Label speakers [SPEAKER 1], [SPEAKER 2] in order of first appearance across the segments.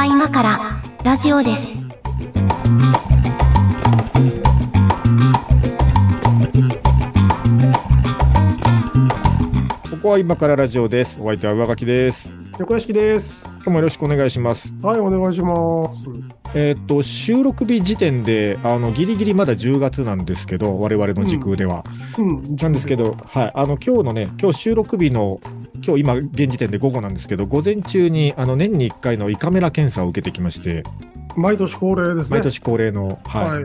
[SPEAKER 1] は今からラジオです。
[SPEAKER 2] ここは今からラジオです。お相手は上垣です。
[SPEAKER 3] 横屋敷です。
[SPEAKER 2] 今日もよろしくお願いします。
[SPEAKER 3] はい、お願いします。
[SPEAKER 2] 収録日時点でギリギリまだ10月なんですけど、我々の時空では、なんですけど、はい、今日収録日の今現時点で午後なんですけど、午前中に年に1回の胃カメラ検査を受けてきまして。
[SPEAKER 3] 毎年恒例ですね。
[SPEAKER 2] 毎年恒例の、はい、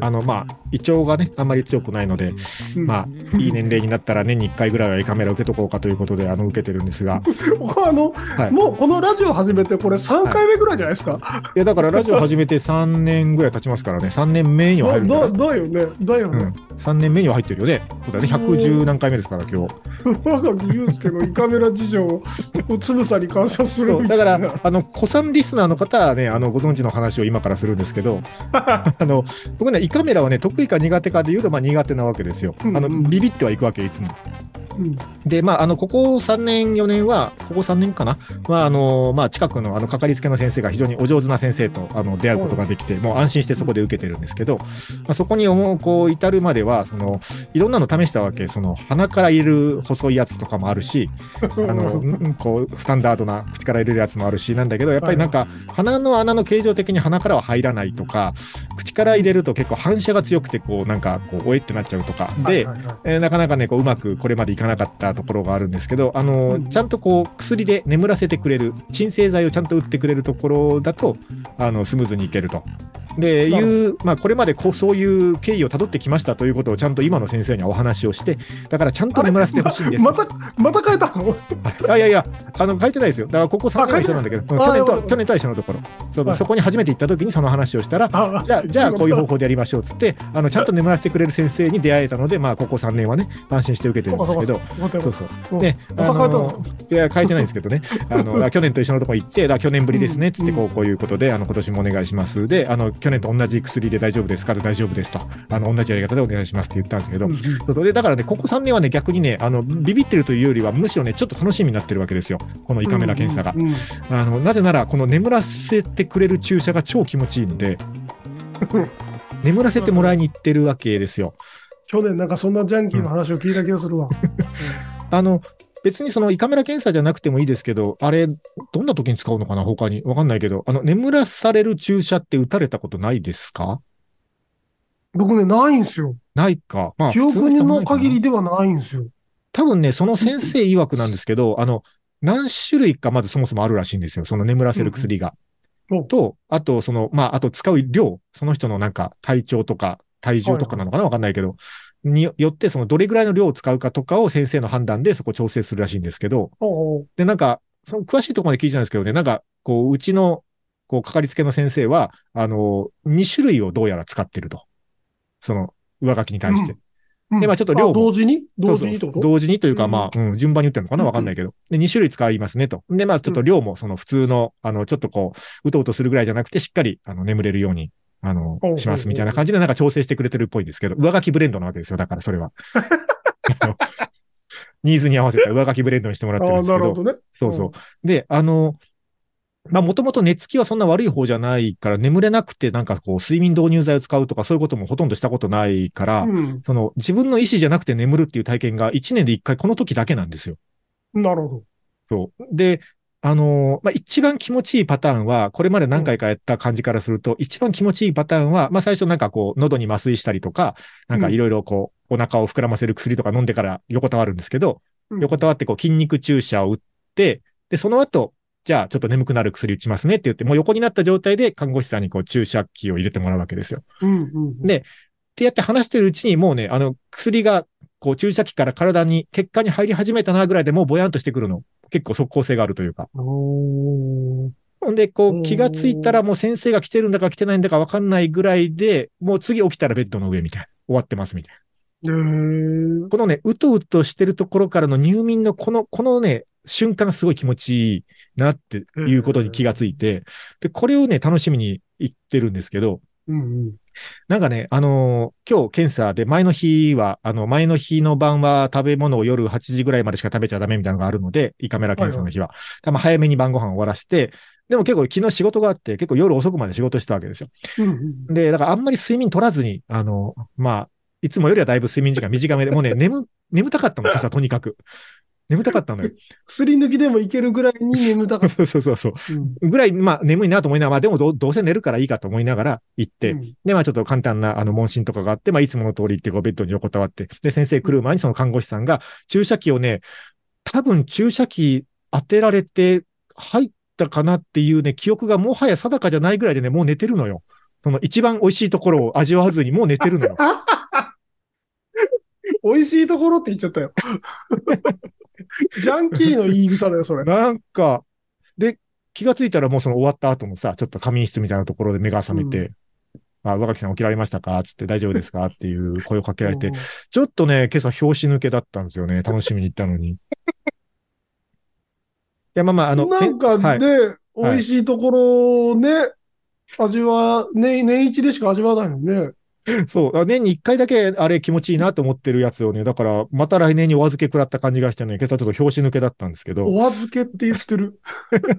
[SPEAKER 2] 胃腸がねあんまり強くないので、いい年齢になったら年に1回ぐらいは胃カメラ受けとこうかということで受けてるんですが
[SPEAKER 3] もうこのラジオ始めてこれ3回目ぐらいじゃないですか。
[SPEAKER 2] いやだからラジオ始めて3年ぐらい経ちますからね。3年目には入るんじゃない？
[SPEAKER 3] だよね、
[SPEAKER 2] 3年目には入ってるよね。そうだね、110何回目ですから今日。
[SPEAKER 3] 若木祐介の胃カメラ事情をつぶさに観察するみたいな。
[SPEAKER 2] だから古参リスナーの方はねご存知の話を今からするんですけど僕ね胃カメラはね得意か苦手かで言うと苦手なわけですよ。ビビってはいくわけいつも。でここ3年4年はここ3年かな近くのかかりつけの先生が非常にお上手な先生と出会うことができて、もう安心してそこで受けてるんですけど、そこに至るまではいろんなの試したわけ。鼻から入れる細いやつとかもあるしスタンダードな口から入れるやつもあるしなんだけど、やっぱり鼻の穴の形状的に鼻からは入らないとか、口から入れると結構反射が強くておえってなっちゃうとかで、なかなかねうまくこれまでいかなかったところがあるんですけど、ちゃんと薬で眠らせてくれる鎮静剤をちゃんと打ってくれるところだとスムーズにいけると。でこれまでそういう経緯をたどってきましたということをちゃんと今の先生にはお話をして、だからちゃんと眠らせてほしいんです。
[SPEAKER 3] また変えたの？
[SPEAKER 2] いや変えてないですよ。だからここ3年は一緒なんだけど、去年とは一緒のところ、そこに初めて行った時にその話をしたら、じゃあこういう方法でやりましょうっつってちゃんと眠らせてくれる先生に出会えたので、ここ3年はね安心して受けてるんですけど、そうね、いや変えてないんですけどね去年と一緒のところ行って、去年ぶりですねっつってこういうことで今年もお願いしますで、去年と同じ薬で大丈夫ですかで大丈夫ですと、同じやり方でお願いしますって言ったんですけど、でだからねここ3年はね逆にねビビってるというよりはむしろねちょっと楽しみになってるわけですよ、この胃カメラ検査が。なぜならこの眠らせてくれる注射が超気持ちいいんで眠らせてもらいに行ってるわけですよ。
[SPEAKER 3] 去年そんなジャンキーの話を聞いた気がするわ。
[SPEAKER 2] 別にその胃カメラ検査じゃなくてもいいですけど、あれどんな時に使うのかな、他にわかんないけど、眠らされる注射って打たれたことないですか？
[SPEAKER 3] 僕ねないんですよ。
[SPEAKER 2] ないか。
[SPEAKER 3] 記憶の限りではないんですよ。
[SPEAKER 2] 多分ねその先生曰くなんですけど何種類かまずそもそもあるらしいんですよ、その眠らせる薬が。とあとあと使う量、その人の体調とか体重とかなのかな、わかんないけどによってどれぐらいの量を使うかとかを先生の判断でそこ調整するらしいんですけど、でその詳しいところまで聞いてないんですけどね、うちのかかりつけの先生は2種類をどうやら使ってると、その上書きに対して。でちょっと量も
[SPEAKER 3] 同時に
[SPEAKER 2] 同時にというか順番に打ってるのかな、わかんないけど、で2種類使いますねと。でちょっと量も普通のちょっとうとうとするぐらいじゃなくてしっかり眠れるようにしますみたいな感じで調整してくれてるっぽいですけど、上書きブレンドなわけですよ。だからそれはニーズに合わせた上書きブレンドにしてもらってるんですけど。
[SPEAKER 3] なるほどね。
[SPEAKER 2] そうそう。でもともと寝つきはそんな悪い方じゃないから眠れなくて睡眠導入剤を使うとかそういうこともほとんどしたことないから、自分の意思じゃなくて眠るっていう体験が1年で1回この時だけなんですよ。
[SPEAKER 3] なるほど。
[SPEAKER 2] そうで一番気持ちいいパターンは、これまで何回かやった感じからすると、一番気持ちいいパターンは、最初喉に麻酔したりとか、いろいろお腹を膨らませる薬とか飲んでから横たわるんですけど、横たわって筋肉注射を打って、で、その後、じゃあちょっと眠くなる薬打ちますねって言って、もう横になった状態で看護師さんに注射器を入れてもらうわけですよ。で、ってやって話してるうちにもうね、薬が注射器から体に、血管に入り始めたなぐらいでもうぼやんとしてくるの。結構即効性があるというか。ほんで、気がついたらもう先生が来てるんだか来てないんだか分かんないぐらいで、もう次起きたらベッドの上みたいな。終わってますみたいな。このね、うとうとしてるところからの入眠のこのね、瞬間がすごい気持ちいいなっていうことに気がついて、で、これをね、楽しみに言ってるんですけど、今日検査で前の日の晩は食べ物を夜8時ぐらいまでしか食べちゃダメみたいなのがあるので、胃カメラ検査の日は。早めに晩ご飯を終わらせて、 でも結構昨日仕事があって、結構夜遅くまで仕事してたわけですよ。
[SPEAKER 3] うん
[SPEAKER 2] で、だからあんまり睡眠取らずに、まあ、いつもよりはだいぶ睡眠時間短めで、もうね、眠たかったの、今朝とにかく。眠たかったのよ。
[SPEAKER 3] 薬抜きでもいけるぐらいに眠たかっ
[SPEAKER 2] そうそうそうそう。
[SPEAKER 3] た。うん。
[SPEAKER 2] ぐらい、まあ、眠いなと思いながら、まあ、でもどうせ寝るからいいかと思いながら行って、
[SPEAKER 3] うん
[SPEAKER 2] で、まあ、ちょっと簡単な、問診とかがあって、まあ、いつもの通り行って、こう、ベッドに横たわって、で、先生来る前にその看護師さんが、注射器をね、多分注射器当てられて入ったかなっていうね、記憶がもはや定かじゃないぐらいでね、もう寝てるのよ。その一番美味しいところを味わわずにもう寝てるのよ。
[SPEAKER 3] 美味しいところって言っちゃったよ。ジャンキーの言い草だよ、それ。
[SPEAKER 2] なんか、で、気がついたらもうその終わった後のさ、ちょっと仮眠室みたいなところで目が覚めて、若木さん起きられましたかつって大丈夫ですかっていう声をかけられて、ちょっとね、今朝拍子抜けだったんですよね。楽しみに行ったのに。いや、まあまあ、
[SPEAKER 3] なんか
[SPEAKER 2] はい。
[SPEAKER 3] ね、美味しいところをね、年一でしか味わわないのね。
[SPEAKER 2] そう。年に一回だけあれ気持ちいいなと思ってるやつをね、だからまた来年にお預け食らった感じがしてね、今朝ちょっと拍子抜けだったんですけど。
[SPEAKER 3] お預けって言ってる。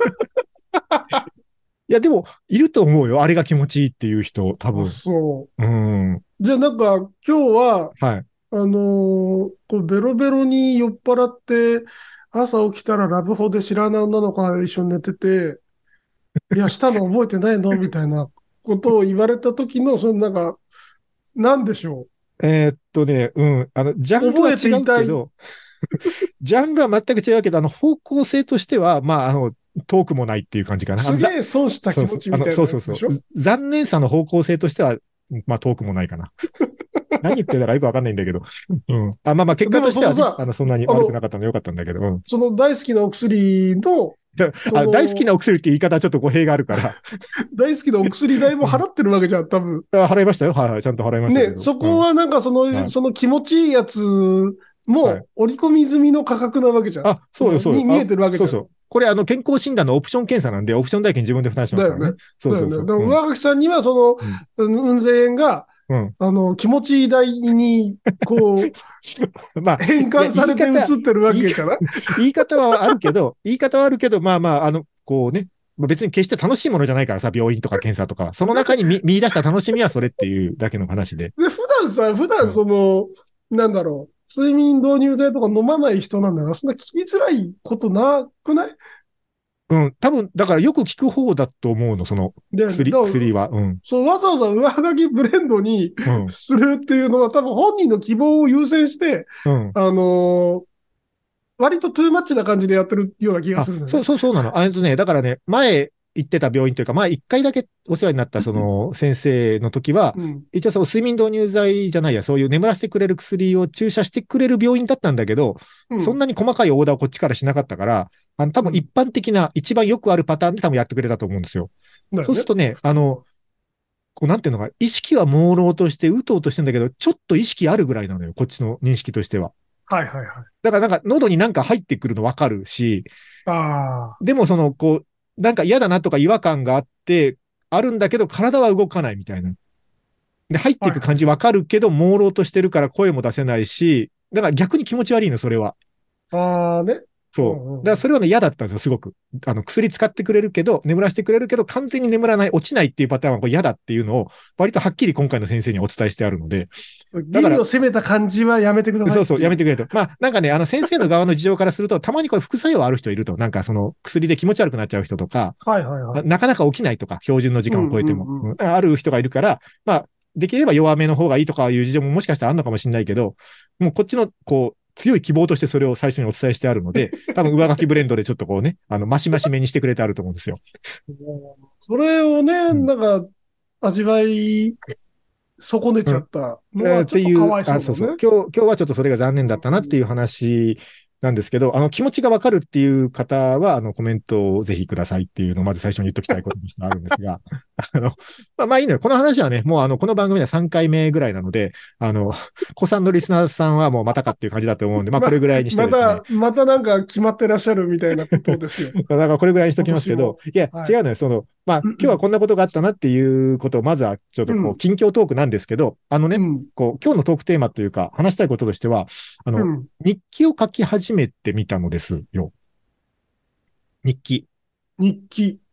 [SPEAKER 2] いや、でも、いると思うよ。あれが気持ちいいっていう人、多
[SPEAKER 3] あ、
[SPEAKER 2] 分。
[SPEAKER 3] そ
[SPEAKER 2] うん。
[SPEAKER 3] う。じゃあなんか今日は、
[SPEAKER 2] はい。
[SPEAKER 3] こうベロベロに酔っ払って、朝起きたらラブホで知らない女の子が一緒に寝てて、いや、したの覚えてないのみたいなことを言われた時の、そのなんか、なんでしょ
[SPEAKER 2] うん。ジャ
[SPEAKER 3] う。
[SPEAKER 2] ンルは違
[SPEAKER 3] 覚えていたい。
[SPEAKER 2] うけど、ジャンルは全く違うけど、方向性としては、まあ、遠くもないっていう感じかな。
[SPEAKER 3] すげえ損した気持ちみたいな
[SPEAKER 2] そうそうそう。
[SPEAKER 3] やつでしょ。
[SPEAKER 2] 残念さの方向性としては、まあ、遠くもないかな。何言ってたらよくわかんないんだけど。うん。まあまあ、結
[SPEAKER 3] でも
[SPEAKER 2] 果としてはね、
[SPEAKER 3] そのさ、
[SPEAKER 2] そんなに悪くなかったのよかったんだけど、うん。
[SPEAKER 3] その大好きなお薬の、そ
[SPEAKER 2] 大好きなお
[SPEAKER 3] の、
[SPEAKER 2] 薬って言い方はちょっと語弊があるから。
[SPEAKER 3] 大好きなお薬代も払ってるわけじゃん、多分。
[SPEAKER 2] 払いましたよ。はいはい。ちゃんと払いましたけ
[SPEAKER 3] ね、
[SPEAKER 2] ど。
[SPEAKER 3] そこはなんか
[SPEAKER 2] はい。
[SPEAKER 3] その気持ちいいやつ
[SPEAKER 2] はい。
[SPEAKER 3] も織り込み済みの価格なわけじゃん。
[SPEAKER 2] そうよ、そうよ。
[SPEAKER 3] 見えてるわけじゃん。
[SPEAKER 2] そうそう。これ、健康診断のオプション検査なんで、オプション代金自分で負担しま
[SPEAKER 3] だよね。
[SPEAKER 2] すからね。そう
[SPEAKER 3] だよね。
[SPEAKER 2] そうそう。
[SPEAKER 3] でも
[SPEAKER 2] うん。
[SPEAKER 3] 上垣さんには
[SPEAKER 2] うん。
[SPEAKER 3] 雲仙円が、
[SPEAKER 2] うん。
[SPEAKER 3] 気持ちいい代に、こう、
[SPEAKER 2] まあ、
[SPEAKER 3] 変
[SPEAKER 2] いや、
[SPEAKER 3] 換されて映ってるわ
[SPEAKER 2] 言い
[SPEAKER 3] けじゃない
[SPEAKER 2] 言い方はあるけど、まあまあ、こうね、まあ別に決して楽しいものじゃないからさ、病院とか検査とか、その中に見出した楽しみはそれっていうだけの話で。
[SPEAKER 3] で、普段
[SPEAKER 2] うん。
[SPEAKER 3] なんだろう、睡眠導入剤とか飲まない人なんだから、そんな聞きづらいことなくない
[SPEAKER 2] うん。多分、だからよく聞く方だと思うの、その
[SPEAKER 3] で、
[SPEAKER 2] 薬は。うん。
[SPEAKER 3] そう、わざわざ上書きブレンドに
[SPEAKER 2] うん。
[SPEAKER 3] するっていうのは多分本人の希望を優先して、
[SPEAKER 2] うん。
[SPEAKER 3] あのー割とトゥーマッチな感じでやってるような気がするんだよね。
[SPEAKER 2] そうなの。だからね、前行ってた病院というか、前一回だけお世話になったその先生の時は、
[SPEAKER 3] うん。
[SPEAKER 2] 一応その睡眠導入剤じゃないや、そういう眠らせてくれる薬を注射してくれる病院だったんだけど、
[SPEAKER 3] うん。
[SPEAKER 2] そんなに細かいオーダーをこっちからしなかったから、多分一
[SPEAKER 3] うん。
[SPEAKER 2] 般的な、一番よくあるパターンで多分やってくれたと思うんですよ。
[SPEAKER 3] だよね。
[SPEAKER 2] そうするとね、こうなんていうのか、意識は朦朧として、うとうとしてんだけど、ちょっと意識あるぐらいなのよ、こっちの認識としては。
[SPEAKER 3] はいはいはい。
[SPEAKER 2] だからなんか喉になんか入ってくるのわかるし、
[SPEAKER 3] あ
[SPEAKER 2] でもこう、なんか嫌だなとか違和感があって、あるんだけど体は動かないみたいな。で、入っ
[SPEAKER 3] あ。
[SPEAKER 2] ていく感じ
[SPEAKER 3] はいはい。
[SPEAKER 2] わかるけど、朦朧としてるから声も出せないし、だから逆に気持ち悪いの、それは。
[SPEAKER 3] ああね。う
[SPEAKER 2] そう。だから
[SPEAKER 3] んうん。
[SPEAKER 2] それはね、嫌だったんですよ、すごく。薬使ってくれるけど、眠らせてくれるけど、完全に眠らない、落ちないっていうパターンはこれ嫌だっていうのを、割とはっきり今回の先生にお伝えしてあるので、だから、
[SPEAKER 3] ギリを攻めた感じはやめてください
[SPEAKER 2] そうそう、
[SPEAKER 3] っていう。
[SPEAKER 2] やめてくれと。まあ、なんかね、先生の側の事情からすると、たまにこれ副作用ある人いると。なんか薬で気持ち悪くなっちゃう人とか、
[SPEAKER 3] はいはいはい。
[SPEAKER 2] なかなか起きないとか、標準の時
[SPEAKER 3] うん
[SPEAKER 2] 間を超えても、
[SPEAKER 3] うんうん。
[SPEAKER 2] ある人がいるから、まあ、できれば弱めの方がいいとかいう事情ももしかしたらあるのかもしれないけど、もうこっちの、こう、強い希望としてそれを最初にお伝えしてあるので、多分上書きブレンドでちょっとこうね、マシマシめにしてくれてあると思うんですよ。
[SPEAKER 3] それをね、
[SPEAKER 2] うん。
[SPEAKER 3] なんか、味わい損ね
[SPEAKER 2] うん。
[SPEAKER 3] ちゃったのはちょっとか
[SPEAKER 2] っていう、
[SPEAKER 3] わいそ
[SPEAKER 2] そうそう。
[SPEAKER 3] うだね。
[SPEAKER 2] 今日はちょっとそれが残念だったなっていう話なんですけど、気持ちがわかるっていう方は、コメントをぜひくださいっていうのをまず最初に言っときたいこととしてあるんですが、まあいいのよ。この話はね、もうこの番組では3回目ぐらいなので、子さんのリスナーさんはもうまたかっていう感じだと思うんで、まあこれぐらいにしてですね、
[SPEAKER 3] またなんか決まってらっしゃるみたいなことですよ。
[SPEAKER 2] だからこれぐらいにしと
[SPEAKER 3] 今
[SPEAKER 2] きますけど、
[SPEAKER 3] 年も。
[SPEAKER 2] いや、
[SPEAKER 3] はい。
[SPEAKER 2] 違うのよ。まあ、今日はこんなことがあったなっていうことを、まずはちょっとこう、
[SPEAKER 3] うん。
[SPEAKER 2] 近況トークなんですけど、
[SPEAKER 3] うん。
[SPEAKER 2] こう、今日のトークテーマというか、話したいこととしては、
[SPEAKER 3] うん。
[SPEAKER 2] 日記を書き始めてみたのですよ。日記。
[SPEAKER 3] 日記。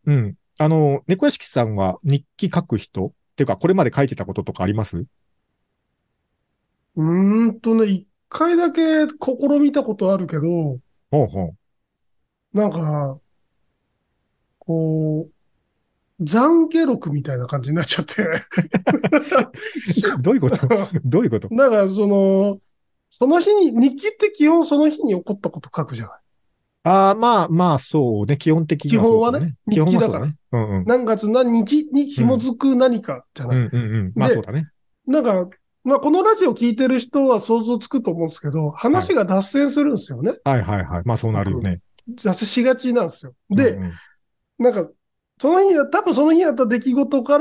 [SPEAKER 2] うん。猫屋敷さんは日記書く人っていうか、これまで書いてたこととかあります？
[SPEAKER 3] 一回だけ試みたことあるけど、
[SPEAKER 2] ほうほう。
[SPEAKER 3] なんか、こ懺悔録みたいな感じになっちゃって。
[SPEAKER 2] どういうことどういうこと？
[SPEAKER 3] なんか、その日に、日記って基本その日に起こったこと書くじゃない。
[SPEAKER 2] ああ、まあまあ、そうね。基本的にはそう
[SPEAKER 3] 基本はね、
[SPEAKER 2] かもね。基
[SPEAKER 3] 日記だから。
[SPEAKER 2] 本はそうだね。うんうん。
[SPEAKER 3] 何月何日に
[SPEAKER 2] うん。
[SPEAKER 3] 紐づく何かじゃない。
[SPEAKER 2] うんうんうん。まあそう
[SPEAKER 3] で、
[SPEAKER 2] だね。
[SPEAKER 3] なんか、まあ、このラジオ聞いてる人は想像つくと思うんですけど、
[SPEAKER 2] はい。
[SPEAKER 3] 話が脱線するんですよね。
[SPEAKER 2] はいはいはい。まあそうなるよ
[SPEAKER 3] 僕、
[SPEAKER 2] ね。
[SPEAKER 3] 脱線しがちなんですよ。で、
[SPEAKER 2] うんうん。
[SPEAKER 3] なんか、多分その日やった出来事から、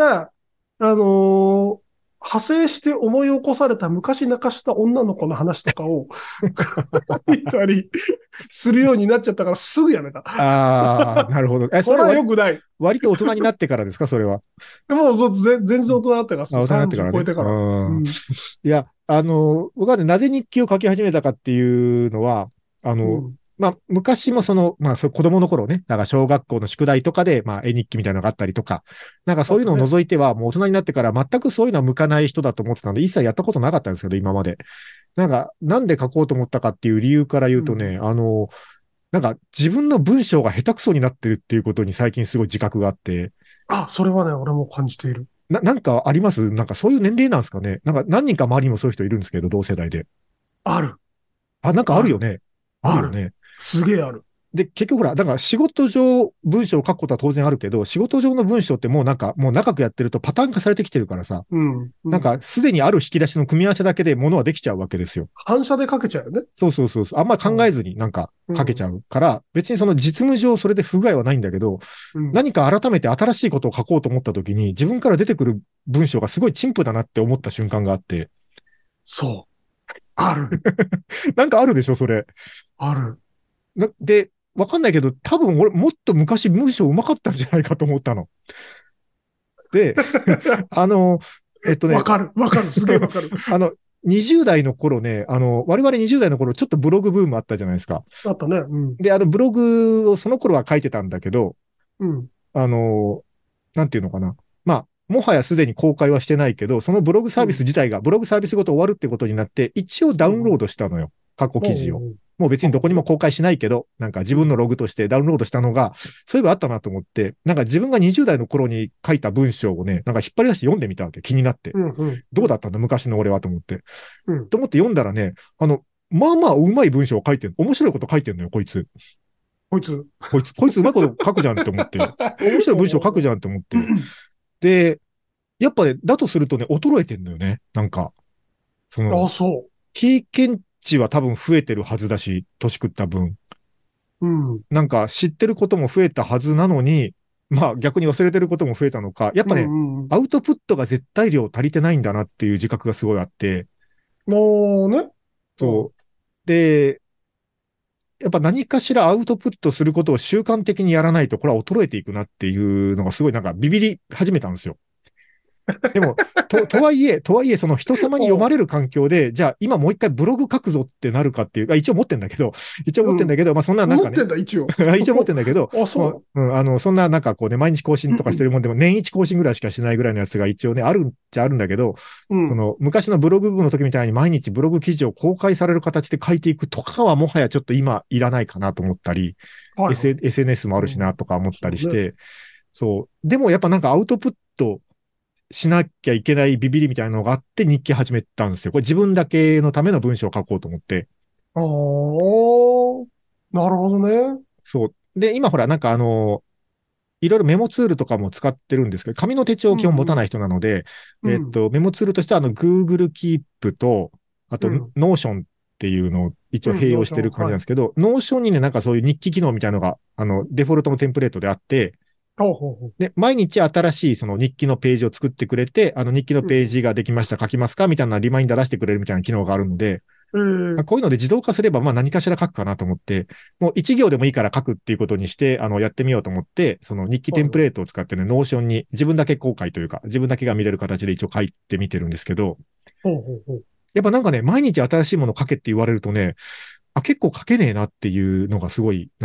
[SPEAKER 3] 派生して思い起こされた昔泣かした女の子の話とかを書いたりするようになっちゃったからすぐやめた。
[SPEAKER 2] ああ、なるほど。そ
[SPEAKER 3] これは
[SPEAKER 2] れは
[SPEAKER 3] 良くない。
[SPEAKER 2] 割と大人になってからですか、それは？
[SPEAKER 3] でも、全然大人になってから、
[SPEAKER 2] あ、大人になってか
[SPEAKER 3] 30
[SPEAKER 2] らね。
[SPEAKER 3] 超えてから。
[SPEAKER 2] うん。
[SPEAKER 3] うん。
[SPEAKER 2] いや、僕はね、なぜ日記を書き始めたかっていうのは、
[SPEAKER 3] うん。
[SPEAKER 2] まあ、昔もそう子供の頃ね、なんか小学校の宿題とかで、まあ、絵日記みたいなのがあったりとか、なんかそういうのを
[SPEAKER 3] あったね。
[SPEAKER 2] 除いては、もう大人になってから全くそういうのは向かない人だと思ってたんで、一切やったことなかったんですけど、今まで。なんか、なんで書こうと思ったかっていう理由から言う
[SPEAKER 3] うん。
[SPEAKER 2] とね、なんか自分の文章が下手くそになってるっていうことに最近すごい自覚があって、
[SPEAKER 3] あ、それはね、俺も感じている。
[SPEAKER 2] なんかあります？なんかそういう年齢なんですかね？なんか何人か周りにもそういう人いるんですけど、同世代で。
[SPEAKER 3] ある。
[SPEAKER 2] あ、なんかあ
[SPEAKER 3] ある。
[SPEAKER 2] るよね。ある
[SPEAKER 3] ある。
[SPEAKER 2] よね。
[SPEAKER 3] すげえある。
[SPEAKER 2] で、結局ほら、だから仕事上文章を書くことは当然あるけど、仕事上の文章ってもうなんか、もう長くやってるとパターン化されてきてるからさ、
[SPEAKER 3] うん。うん。
[SPEAKER 2] なんかすでにある引き出しの組み合わせだけで物はできちゃうわけですよ。
[SPEAKER 3] 反射で書けちゃうよね。
[SPEAKER 2] そうそうそうそう。あんまり考えずになんか
[SPEAKER 3] うん。
[SPEAKER 2] 書けちゃうから、別にその実務上それで不具合はないんだけど、
[SPEAKER 3] うん。
[SPEAKER 2] 何か改めて新しいことを書こうと思った時に、自分から出てくる文章がすごい陳腐だなって思った瞬間があって、
[SPEAKER 3] そう。ある。
[SPEAKER 2] なんかあるでしょ、それ？
[SPEAKER 3] ある。
[SPEAKER 2] で、わかんないけど、多分俺もっと昔文章上手かったんじゃないかと思ったの。で、あの、えっとね、
[SPEAKER 3] わかる。わかる。すげえわかる。
[SPEAKER 2] あの、20代の頃ね、我々20代の頃、ちょっとブログブームあったじゃないですか。
[SPEAKER 3] あったね。うん。
[SPEAKER 2] で、ブログをその頃は書いてたんだけど、
[SPEAKER 3] うん。
[SPEAKER 2] あの、なんていうのかな。まあ、もはやすでに公開はしてないけど、そのブログサービス
[SPEAKER 3] うん。
[SPEAKER 2] 自体が、ブログサービスごと終わるってことになって、一応ダ
[SPEAKER 3] うん。
[SPEAKER 2] ウンロードしたのよ。過去記事を。
[SPEAKER 3] おう
[SPEAKER 2] もう別にどこに
[SPEAKER 3] おう。
[SPEAKER 2] も公開しないけど、なんか自
[SPEAKER 3] うん。
[SPEAKER 2] 分のログとしてダウンロードしたのが、そういえばあったなと思って、なんか自分が20代の頃に書いた文章をね、なんか引っ張り出して読んでみたわけ。気になって。
[SPEAKER 3] うん。うん。うん。
[SPEAKER 2] どうだったんだ、昔の俺はと思って。
[SPEAKER 3] うん。
[SPEAKER 2] と思って読んだらね、まあまあうまい文章を書いてる。面白いこと書いてるのよ、こいつ。
[SPEAKER 3] こいつ。
[SPEAKER 2] こいつうまいこと書くじゃんって思って。面白い文章書くじゃんって思って。
[SPEAKER 3] うん。
[SPEAKER 2] で、やっぱね、だとするとね、衰えてんのよね。なんか、そ
[SPEAKER 3] あ、
[SPEAKER 2] の、
[SPEAKER 3] そ
[SPEAKER 2] 経験値は多分増えてるはずだし、年食った分。
[SPEAKER 3] う。うん。
[SPEAKER 2] なんか知ってることも増えたはずなのに、まあ逆に忘れてることも増えたのか、やっ
[SPEAKER 3] う
[SPEAKER 2] ぱね、
[SPEAKER 3] ん。うん。
[SPEAKER 2] アウトプットが絶対量足りてないんだなっていう自覚がすごいあって、
[SPEAKER 3] もうね。うん。
[SPEAKER 2] そう。で、やっぱ何かしらアウトプットすることを習慣的にやらないと、これは衰えていくなっていうのがすごいなんかビビり始めたんですよ。でも、とはいえ、その人様に読ま
[SPEAKER 3] おう。
[SPEAKER 2] れる環境で、じゃあ今もう一回ブログ書くぞってなるかっていう、一応持ってんだけど、一応持
[SPEAKER 3] うん。
[SPEAKER 2] ってんだけど、まあそんななんかね、
[SPEAKER 3] 持ってんだ、一応。
[SPEAKER 2] 一応持ってんだけど、
[SPEAKER 3] あ、
[SPEAKER 2] もう、
[SPEAKER 3] そ
[SPEAKER 2] うん、そんななんかこうね、毎日更新とかして
[SPEAKER 3] う。
[SPEAKER 2] るもんでも、年一更新ぐらいしかしないぐらいのやつが一応ね、あるっちゃあるんだけど、
[SPEAKER 3] うん。
[SPEAKER 2] その昔のブログ部の時みたいに毎日ブログ記事を公開される形で書いていくとかはもはやちょっと今いらないかなと思ったり、
[SPEAKER 3] はいはい。
[SPEAKER 2] SNS もあるしな
[SPEAKER 3] うん。
[SPEAKER 2] とか思った
[SPEAKER 3] そうね。
[SPEAKER 2] りして、そう。でもやっぱなんかアウトプットしなきゃいけないビビりみたいなのがあって日記始めたんですよ。これ自分だけのための文章を書こうと思って。
[SPEAKER 3] ああ、なるほどね。
[SPEAKER 2] そう。で、今ほら、なんかいろいろメモツールとかも使ってるんですけど、紙の手帳を基本持
[SPEAKER 3] うん。うん。
[SPEAKER 2] たない人なので、
[SPEAKER 3] うん。
[SPEAKER 2] メモツールとしてはGoogle Keep と、あと
[SPEAKER 3] うん。
[SPEAKER 2] Notion っていうのを一応
[SPEAKER 3] うん。
[SPEAKER 2] 併
[SPEAKER 3] ノーション。
[SPEAKER 2] 用してる感じ
[SPEAKER 3] はい。
[SPEAKER 2] なんですけど、Notion にね、なんかそういう日記機能みたいなのが、デフォルトのテンプレートであって、
[SPEAKER 3] ほうほうほう。
[SPEAKER 2] で、毎日新しいその日記のページを作ってくれて、日記の
[SPEAKER 3] うん。
[SPEAKER 2] ページができました、書きますかみたいなリマインダー出してくれるみたいな機能があるので、
[SPEAKER 3] ええ。
[SPEAKER 2] こういうので自動化すれば、まあ何かしら書くかなと思って、もう一行でもいいから書くっていうことにして、やってみようと思って、その日記
[SPEAKER 3] はいはい。
[SPEAKER 2] テンプレートを使ってね、ノーションに自分だけ公開というか、自分だけが見れる形で一応書いてみてるんですけど、
[SPEAKER 3] ほうほうほう。
[SPEAKER 2] やっぱなんかね、毎日新しいもの書けって言われるとね、あ、結構書けねえなっていうのがすごい、なんか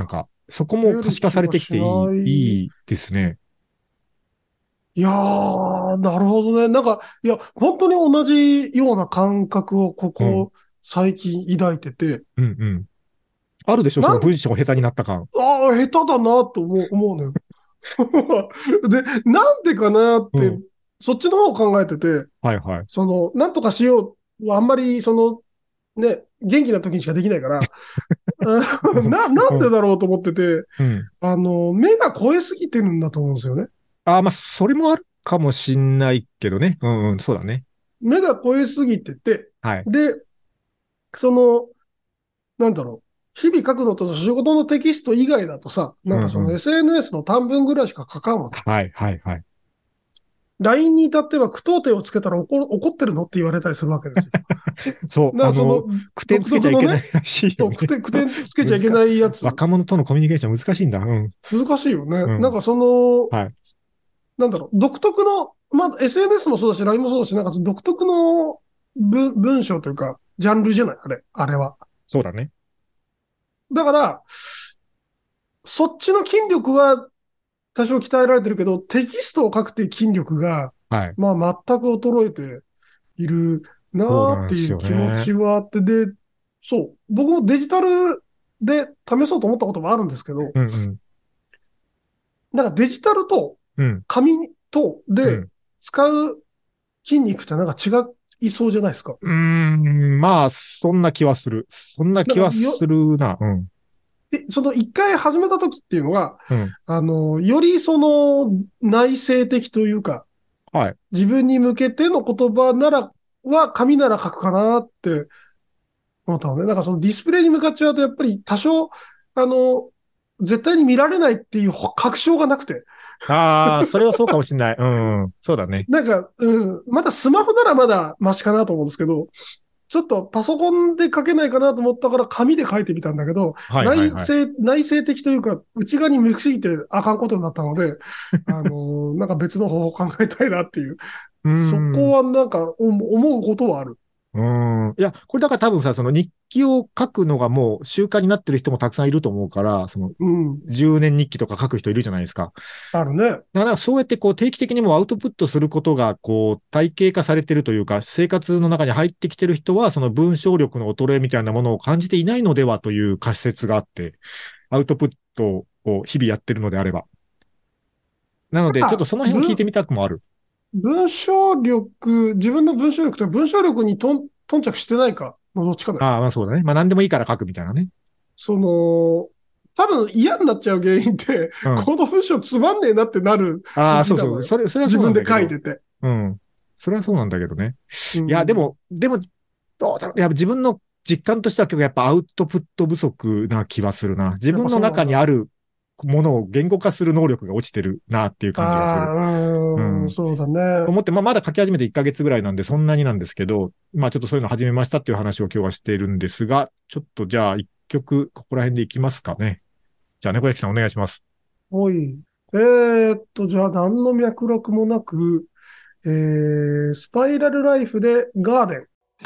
[SPEAKER 2] そこも可視化されてきていいですね。
[SPEAKER 3] いやー、なるほどね。なんか、いや、本当に同じような感覚をここ最近抱いてて、
[SPEAKER 2] うんうん。あるでしょ、その
[SPEAKER 3] なん、
[SPEAKER 2] 文章下手になった感。
[SPEAKER 3] ああ、下手だなと思うのよ。で、なんでかなって、
[SPEAKER 2] うん。
[SPEAKER 3] そっちの方を考えてて、
[SPEAKER 2] はいはい。
[SPEAKER 3] なんとかしようはあんまり、ね、元気な時にしかできないから、なん
[SPEAKER 2] うん。
[SPEAKER 3] でだろうと思ってて、
[SPEAKER 2] うん。
[SPEAKER 3] 目が超えすぎてるんだと思うんですよね。
[SPEAKER 2] ああ、まあ、それもあるかもしんないけどね。うんうん、そうだね。
[SPEAKER 3] 目が超えすぎてて、
[SPEAKER 2] はい。
[SPEAKER 3] で、その、なんだろう。日々書くのと仕事のテキスト以外だとさ、なんか
[SPEAKER 2] うんうん。
[SPEAKER 3] SNS の短文ぐらいしか書かんわけ。
[SPEAKER 2] はいはいはい。
[SPEAKER 3] LINE に至っては句読点をつけたら怒ってるのって言われたりするわけですよ。
[SPEAKER 2] そう、
[SPEAKER 3] だから
[SPEAKER 2] 句点
[SPEAKER 3] 独
[SPEAKER 2] つけちゃいけない
[SPEAKER 3] 特のね、
[SPEAKER 2] らしいよね。
[SPEAKER 3] 句点つけちゃいけないやつ、
[SPEAKER 2] 若者とのコミュニケーション難しいんだ。うん。
[SPEAKER 3] 難しいよね。
[SPEAKER 2] うん。
[SPEAKER 3] なんか
[SPEAKER 2] はい。
[SPEAKER 3] なんだろう、独特の、まあ、SNS もそうだし、LINE もそうだし、なんか独特の文章というか、ジャンルじゃないあれは。
[SPEAKER 2] そうだね。
[SPEAKER 3] だから、そっちの筋力は多少鍛えられてるけど、テキストを書くっていう筋力が、
[SPEAKER 2] はい。
[SPEAKER 3] まあ全く衰えているな
[SPEAKER 2] そう
[SPEAKER 3] ーっていう
[SPEAKER 2] なんですよ
[SPEAKER 3] 気持ち
[SPEAKER 2] ね。
[SPEAKER 3] はあって、で、そう、僕もデジタルで試そうと思ったこともあるんですけど、
[SPEAKER 2] うんうん。
[SPEAKER 3] なんかデジタルと
[SPEAKER 2] うん。
[SPEAKER 3] 紙とで
[SPEAKER 2] うん。
[SPEAKER 3] 使う筋肉ってなんか違いそうじゃないですか。
[SPEAKER 2] まあ、そんな気はする。そんな気は
[SPEAKER 3] なんか
[SPEAKER 2] するな。うん。
[SPEAKER 3] その一回始めた時っていうのが、
[SPEAKER 2] うん。
[SPEAKER 3] より内省的というか、
[SPEAKER 2] はい。
[SPEAKER 3] 自分に向けての言葉なら、紙なら書くかなって思ったのね。なんかそのディスプレイに向かっちゃうと、やっぱり多少、あの、絶対に見られないっていう確証がなくて。
[SPEAKER 2] ああ、それはそうかもしれない。うん、うん。そうだね。
[SPEAKER 3] なんか、まだスマホならまだマシかなと思うんですけど、ちょっとパソコンで書けないかなと思ったから紙で書いてみたんだけど、
[SPEAKER 2] はいはいはい。
[SPEAKER 3] 内省的というか、内側に向きすぎてあかんことになったので、なんか別の方法を考えたいなっていう、
[SPEAKER 2] うー
[SPEAKER 3] そこ
[SPEAKER 2] ん。
[SPEAKER 3] はなんか思うことはある。
[SPEAKER 2] うーん。いや、これだから多分さ、その日記を書くのがもう習慣になってる人もたくさんいると思うから、その
[SPEAKER 3] うん。
[SPEAKER 2] 10年日記とか書く人いるじゃないですか。
[SPEAKER 3] あるね。
[SPEAKER 2] だからそうやってこう定期的にもうアウトプットすることがこう体系化されてるというか、生活の中に入ってきてる人は、その文章力の衰えみたいなものを感じていないのではという仮説があって、アウトプットを日々やってるのであれば。なので、ちょっと
[SPEAKER 3] あ、
[SPEAKER 2] その辺を聞いてみたくもある。
[SPEAKER 3] 自分の文章力と文章力に頓着してないかのどっちかだよね。
[SPEAKER 2] ああ、まあそうだね。まあ何でもいいから書くみたいなね。
[SPEAKER 3] その、多分嫌になっちゃう原因って、
[SPEAKER 2] うん。
[SPEAKER 3] この文章つまんねえなってなる
[SPEAKER 2] ああ、そうそう。
[SPEAKER 3] 時なのよ。
[SPEAKER 2] それはそうな
[SPEAKER 3] 自分で
[SPEAKER 2] んだけど。
[SPEAKER 3] 書いてて。
[SPEAKER 2] うん。それはそうなんだけどね。いや、
[SPEAKER 3] うん。
[SPEAKER 2] でも、どうだろう。やっぱ自分の実感としては結構やっぱアウトプット不足な気はするな。自
[SPEAKER 3] やっぱ
[SPEAKER 2] 分の
[SPEAKER 3] そうなんだ。
[SPEAKER 2] 中にあるものを言語化する能力が落ちてるなっていう感じがする。
[SPEAKER 3] ああ、
[SPEAKER 2] うん。
[SPEAKER 3] そうだね。
[SPEAKER 2] 思って、まあ、まだ書き始めて1ヶ月ぐらいなんで、そんなになんですけど、まあ、ちょっとそういうの始めましたっていう話を今日はしているんですが、ちょっとじゃあ一曲、ここら辺でいきますかね。じゃあ、猫焼さんお願いします。
[SPEAKER 3] おい。じゃあ何の脈絡もなく、スパイラルライフでガーデン。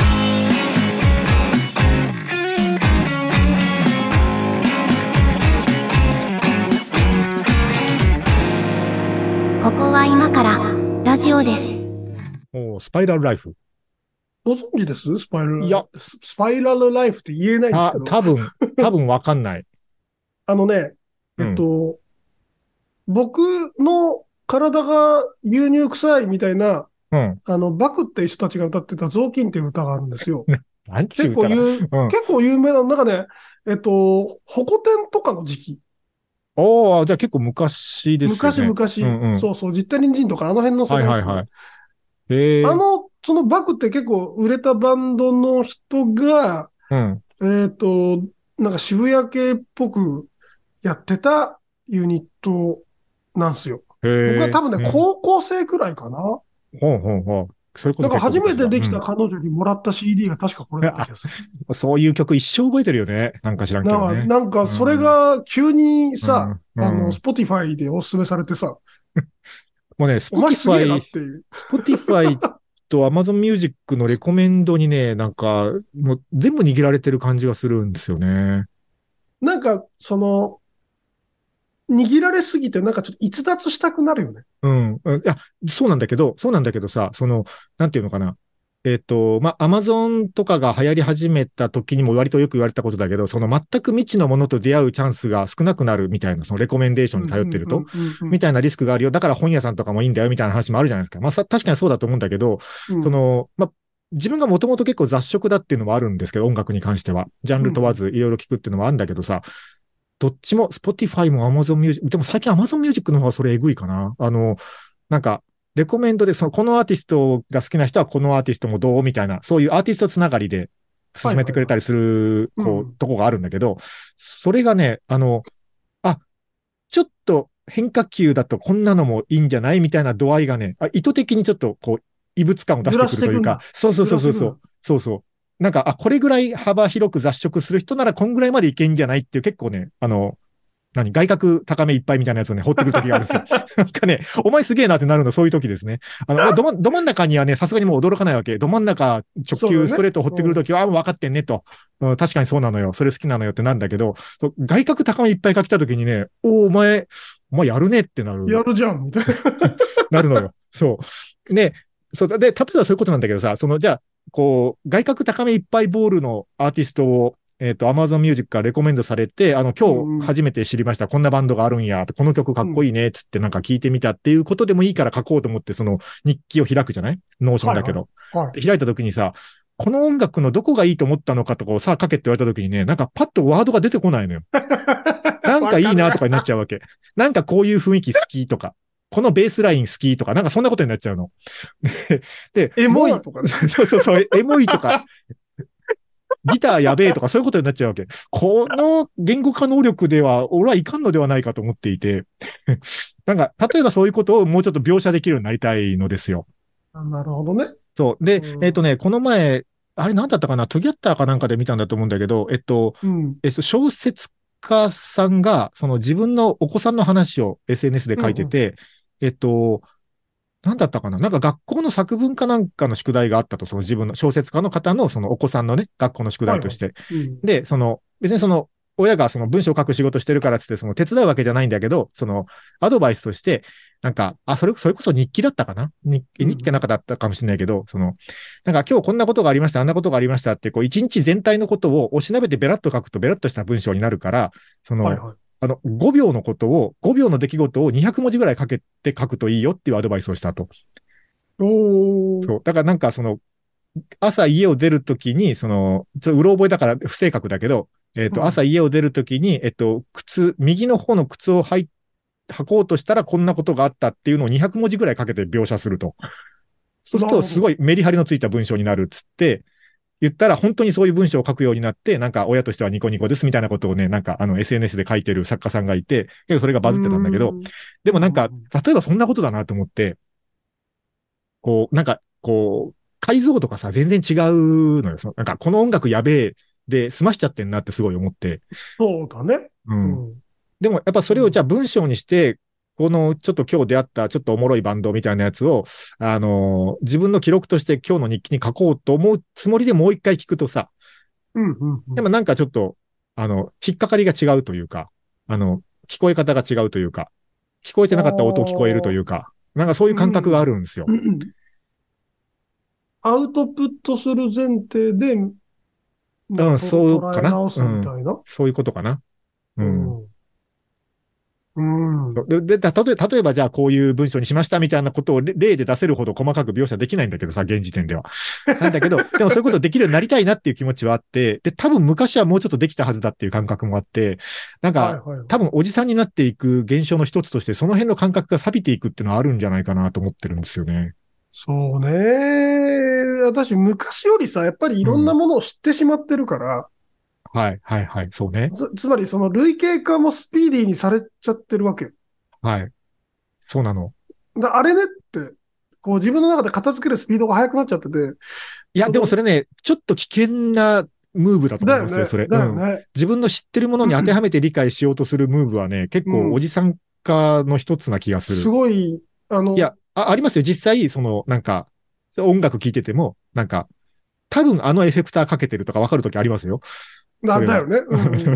[SPEAKER 1] ここは今からラジオです。
[SPEAKER 2] おースパイラルライフ。
[SPEAKER 3] ご存知です
[SPEAKER 2] いや、
[SPEAKER 3] スパイラルライフって言えないんですけど。
[SPEAKER 2] 多分わかんない。
[SPEAKER 3] あのね、
[SPEAKER 2] うん。
[SPEAKER 3] 僕の体が牛乳臭いみたいな、
[SPEAKER 2] うん。
[SPEAKER 3] バクっていう人たちが歌ってた雑巾っていう歌があるんですよ。
[SPEAKER 2] なんちゅう歌だ。うん。
[SPEAKER 3] 結構有名な、なんかね、ホコ天とかの時期。
[SPEAKER 2] おー、じゃあ結構昔ですよね。うんうん。
[SPEAKER 3] そうそう、実体隣人とかあの辺の世代ですね。
[SPEAKER 2] はいはいはい。へえ。
[SPEAKER 3] そのバクって結構売れたバンドの人が、
[SPEAKER 2] うん。
[SPEAKER 3] えっと、なんか渋谷系っぽくやってたユニットなんですよ。
[SPEAKER 2] へ
[SPEAKER 3] 僕は多分ね、
[SPEAKER 2] え。うん。
[SPEAKER 3] 高校生くらいかな。
[SPEAKER 2] ほうほうほう。それこそ
[SPEAKER 3] なんか
[SPEAKER 2] 結構昔だ。
[SPEAKER 3] 初めてできた
[SPEAKER 2] うん。
[SPEAKER 3] 彼女にもらった CD が確かこれだった気がする。
[SPEAKER 2] そういう曲一生覚えてるよね。なんか知らんけどね。
[SPEAKER 3] それ
[SPEAKER 2] うん。
[SPEAKER 3] が急にさ、
[SPEAKER 2] うん。うん。
[SPEAKER 3] スポティファイでおすすめされてさ、
[SPEAKER 2] もうね、
[SPEAKER 3] お前すげえなっ
[SPEAKER 2] Spotify、
[SPEAKER 3] ていう。
[SPEAKER 2] Spotify と Amazon Music のレコメンドにね、なんか、もう全部握られてる感じがするんですよね。
[SPEAKER 3] なんか、 握られすぎてなんかちょっと逸脱したくなるよね。
[SPEAKER 2] うん。いや、そうなんだけどさ、なんていうのかな。アマゾンとかが流行り始めた時にも割とよく言われたことだけど、その全く未知のものと出会うチャンスが少なくなるみたいな、そのレコメンデーションに頼ってると、みたいなリスクがあるよ。だから本屋さんとかもいいんだよみたいな話もあるじゃないですか。確かにそうだと思うんだけど、自分がもともと結構雑食だっていうのもあるんですけど、音楽に関しては。ジャンル問わずいろいろ聞くっていうのもあるんだけどさ、どっちも、Spotify も Amazon Music、でも最近 Amazon Music の方がそれえぐいかな。なんか、レコメンドで、このアーティストが好きな人はこのアーティストもどうみたいな、そういうアーティストつながりで進めてくれたりする、とこがあるんだけど、それがね、ちょっと変化球だとこんなのもいいんじゃないみたいな度合いがね、意図的にちょっと異物感を出してくるというか、そうそうそうそうそう、そうそう。なんか、これぐらい幅広く雑食する人ならこんぐらいまでいけんじゃないっていう結構ね、外角高めいっぱいみたいなやつをね、掘ってくる時があるんですよ。なんかね、お前すげえなってなるのそういう時ですね。ど真ん中にはね、さすがにもう驚かないわけ。ど真ん中直球ストレートを掘ってくる時は、分かってんねと、確かにそうなのよ。それ好きなのよってなんだけど、外角高めいっぱいが来た時にね、お前やるねってなる。
[SPEAKER 3] やるじゃんみたいな。
[SPEAKER 2] なるのよ。そう。で、例えばそういうことなんだけどさ、じゃあ、外角高めいっぱいボールのアーティストを、Amazon Music からレコメンドされて、今日初めて知りました。こんなバンドがあるんや、この曲かっこいいね、つってなんか聞いてみたっていうことでもいいから書こうと思って、日記を開くじゃないノーションだけど。開いた時にさ、この音楽のどこがいいと思ったのかとかをさ、書けって言われた時にね、なんかパッとワードが出てこないのよ。なんかいいなとかになっちゃうわけ。なんかこういう雰囲気好きとか。このベースライン好きとか、なんかそんなことになっちゃうの。で、
[SPEAKER 3] エモいとかね。
[SPEAKER 2] そうそうそう、エモいとか、ギターやべえとかそういうことになっちゃうわけ。この言語化能力では、俺はいかんのではないかと思っていて、なんか、例えばそういうことをもうちょっと描写できるようになりたいのですよ。
[SPEAKER 3] なるほどね。
[SPEAKER 2] そう。で、この前、あれ何だったかなトゥギャッターかなんかで見たんだと思うんだけど、小説家さんが、自分のお子さんの話を SNS で書いてて、何だったかななんか学校の作文かなんかの宿題があったと、自分の小説家の方のお子さんのね、学校の宿題として。で、別に親が文章を書く仕事してるからつって、手伝うわけじゃないんだけど、アドバイスとして、なんか、それこそ日記だったかな日記なんかだったかもしれないけど、なんか今日こんなことがありました、あんなことがありましたって、一日全体のことをおしなべてベラッと書くとベラッとした文章になるから、5秒のことを、5秒の出来事を200文字ぐらいかけて書くといいよっていうアドバイスをしたと。そう。だからなんか朝家を出るときに、ちょっとうろ覚えだから不正確だけど、朝家を出るときに、右の方の靴を履こうとしたらこんなことがあったっていうのを200文字ぐらいかけて描写すると。そうするとすごいメリハリのついた文章になるっつって、言ったら本当にそういう文章を書くようになって、なんか親としてはニコニコですみたいなことをね、なんかSNS で書いてる作家さんがいて、結構それがバズってたんだけど、でもなんか、例えばそんなことだなと思って、解像度とかさ、全然違うのよ。なんかこの音楽やべえで済ましちゃってんなってすごい思って。
[SPEAKER 3] そうだね。
[SPEAKER 2] でもやっぱそれをじゃあ文章にして、ちょっと今日出会ったちょっとおもろいバンドみたいなやつを、自分の記録として今日の日記に書こうと思うつもりでもう一回聞くとさ、でもなんかちょっと、引っかかりが違うというか、聞こえ方が違うというか、聞こえてなかった音聞こえるというか、なんかそういう感覚があるんですよ。
[SPEAKER 3] アウトプットする前提で、
[SPEAKER 2] そうかな。そういうことかな。例えばじゃあこういう文章にしましたみたいなことを例で出せるほど細かく描写できないんだけどさ、現時点では。なんだけど、でもそういうことできるようになりたいなっていう気持ちはあって、で、多分昔はもうちょっとできたはずだっていう感覚もあって、なんか、多分おじさんになっていく現象の一つとして、その辺の感覚が錆びていくっていうのはあるんじゃないかなと思ってるんですよね。
[SPEAKER 3] そうね。私、昔よりさ、やっぱりいろんなものを知ってしまってるから、
[SPEAKER 2] はい、はい、はい、そうね。
[SPEAKER 3] つまり、類型化もスピーディーにされちゃってるわけよ。
[SPEAKER 2] はい。そうなの。
[SPEAKER 3] あれねって、自分の中で片付けるスピードが速くなっちゃってて。
[SPEAKER 2] いや、でもそれね、ちょっと危険なムーブだと思いますよ、それ。
[SPEAKER 3] だよね。
[SPEAKER 2] 自分の知ってるものに当てはめて理解しようとするムーブはね、結構おじさん化の一つな気がする。
[SPEAKER 3] すごい、
[SPEAKER 2] いや、ありますよ。実際、なんか、音楽聴いてても、なんか、多分エフェクターかけてるとかわかるときありますよ。
[SPEAKER 3] だよね。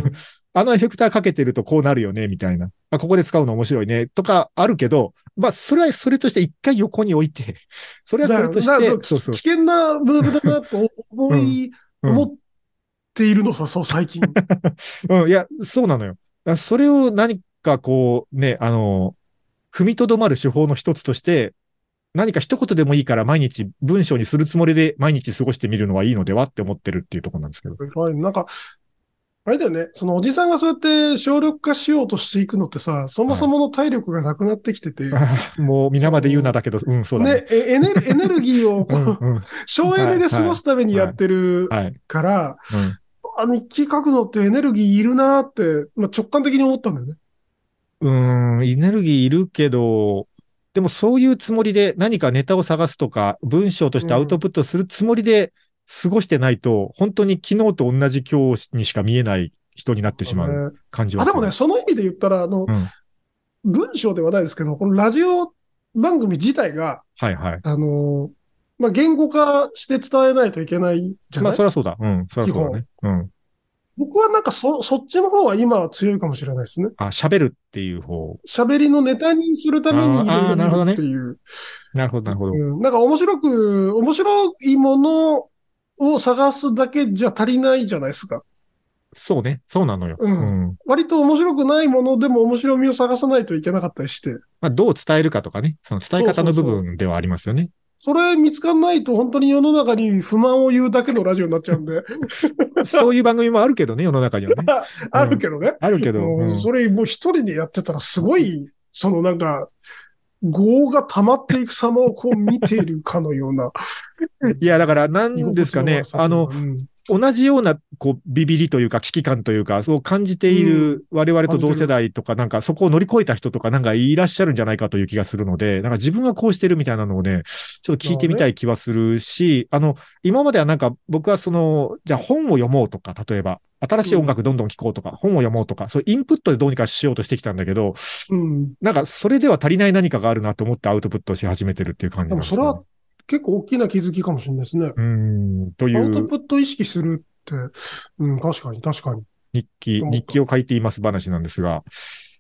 [SPEAKER 2] あのエフェクターかけてるとこうなるよね、みたいな。あ、ここで使うの面白いね、とかあるけど、まあ、それはそれとして一回横に置いて、それはそれとし
[SPEAKER 3] だから
[SPEAKER 2] て、そうそう。
[SPEAKER 3] 危険なムーブだなと
[SPEAKER 2] うん。うん。
[SPEAKER 3] 思っているのさ、そう、最近。
[SPEAKER 2] うん。いや、そうなのよ。それを何かこう、ね、踏みとどまる手法の一つとして、何か一言でもいいから毎日文章にするつもりで毎日過ごしてみるのはいいのではって思ってるっていうところなんですけど。
[SPEAKER 3] なんか、あれだよね。そのおじさんがそうやって省力化しようとしていくのってさ、そも
[SPEAKER 2] はい。
[SPEAKER 3] そもの体力がなくなってきてて、
[SPEAKER 2] もう皆まで言うな
[SPEAKER 3] そ
[SPEAKER 2] だけど、うん、そう
[SPEAKER 3] の、
[SPEAKER 2] だね。
[SPEAKER 3] ね、エネルギーを
[SPEAKER 2] うん、
[SPEAKER 3] こう、
[SPEAKER 2] うん。
[SPEAKER 3] 省エネ
[SPEAKER 2] はい、
[SPEAKER 3] で過ご
[SPEAKER 2] はい、
[SPEAKER 3] すためにや
[SPEAKER 2] はい、
[SPEAKER 3] ってる
[SPEAKER 2] はい。
[SPEAKER 3] から、
[SPEAKER 2] うん。
[SPEAKER 3] 日記書くのってエネルギーいるなって、まあ、直感的に思ったんだよね。
[SPEAKER 2] エネルギーいるけど、でもそういうつもりで何かネタを探すとか、文章としてアウト
[SPEAKER 3] うん。
[SPEAKER 2] プットするつもりで過ごしてないと、本当に昨日と同じ今日にしか見えない人になってしまう
[SPEAKER 3] だね。あ、でもね、
[SPEAKER 2] 感じはする。
[SPEAKER 3] その意味で言ったら、
[SPEAKER 2] うん。
[SPEAKER 3] 文章ではないですけど、このラジオ番組自体が、
[SPEAKER 2] はいはい。
[SPEAKER 3] まあ、言語化して伝えないといけないじゃ
[SPEAKER 2] まあ、
[SPEAKER 3] ない
[SPEAKER 2] そりゃそうだ。うん、そりゃ
[SPEAKER 3] 基本。
[SPEAKER 2] そうだね。うん。
[SPEAKER 3] 僕はなんかそっちの方は今は強いかもしれないですね。
[SPEAKER 2] あ、喋るっていう方。
[SPEAKER 3] 喋りのネタにするためにいろいろ
[SPEAKER 2] なるほどね。
[SPEAKER 3] 見るっていう。
[SPEAKER 2] なるほど、なるほど。
[SPEAKER 3] なんか面白いものを探すだけじゃ足りないじゃないですか。
[SPEAKER 2] そうね。そうなのよ。
[SPEAKER 3] うん。
[SPEAKER 2] うん。
[SPEAKER 3] 割と面白くないものでも面白みを探さないといけなかったりして。
[SPEAKER 2] まあ、どう伝えるかとかね。その伝え
[SPEAKER 3] そう
[SPEAKER 2] 方の部
[SPEAKER 3] そうそう。
[SPEAKER 2] 分ではありますよね。
[SPEAKER 3] それ見つかんないと本当に世の中に不満を言うだけのラジオになっちゃうんで。
[SPEAKER 2] そういう番組もあるけどね、世の中にはね。う
[SPEAKER 3] ある
[SPEAKER 2] ん。
[SPEAKER 3] けどね。
[SPEAKER 2] あるけど、
[SPEAKER 3] もう
[SPEAKER 2] うん。
[SPEAKER 3] それもう一人でやってたらすごい、そのなんか、業が溜まっていく様をこう見ているかのような、
[SPEAKER 2] いや、だからな
[SPEAKER 3] 居
[SPEAKER 2] んで
[SPEAKER 3] 心地の悪
[SPEAKER 2] すかね。
[SPEAKER 3] さというか、うん。
[SPEAKER 2] 同じような、こう、ビビりというか、危機感というか、そう感じてい
[SPEAKER 3] うん。
[SPEAKER 2] る我々と同世
[SPEAKER 3] 感じてる。
[SPEAKER 2] 代とか、なんかそこを乗り越えた人とか、なんかいらっしゃるんじゃないかという気がするので、なんか自分はこうしてるみたいなのをね、ちょっと聞いてみた
[SPEAKER 3] まあね。
[SPEAKER 2] い気はするし、今まではなんか僕はじゃあ本を読もうとか、例えば、新しい音
[SPEAKER 3] うん。
[SPEAKER 2] 楽どんどん聴こうとか、本を読もうとか、そういうインプットでどうにかしようとしてきたんだけど、
[SPEAKER 3] うん。
[SPEAKER 2] なんかそれでは足りない何かがあるなと思ってアウトプットし始めてるっていう感じなんですよね。
[SPEAKER 3] でもそれは結構大きな気づきかもしれないですね。
[SPEAKER 2] と
[SPEAKER 3] アウト
[SPEAKER 2] いう
[SPEAKER 3] プット意識するって、うん、確かに確かに。思った。
[SPEAKER 2] 日記を書いています話なんですが、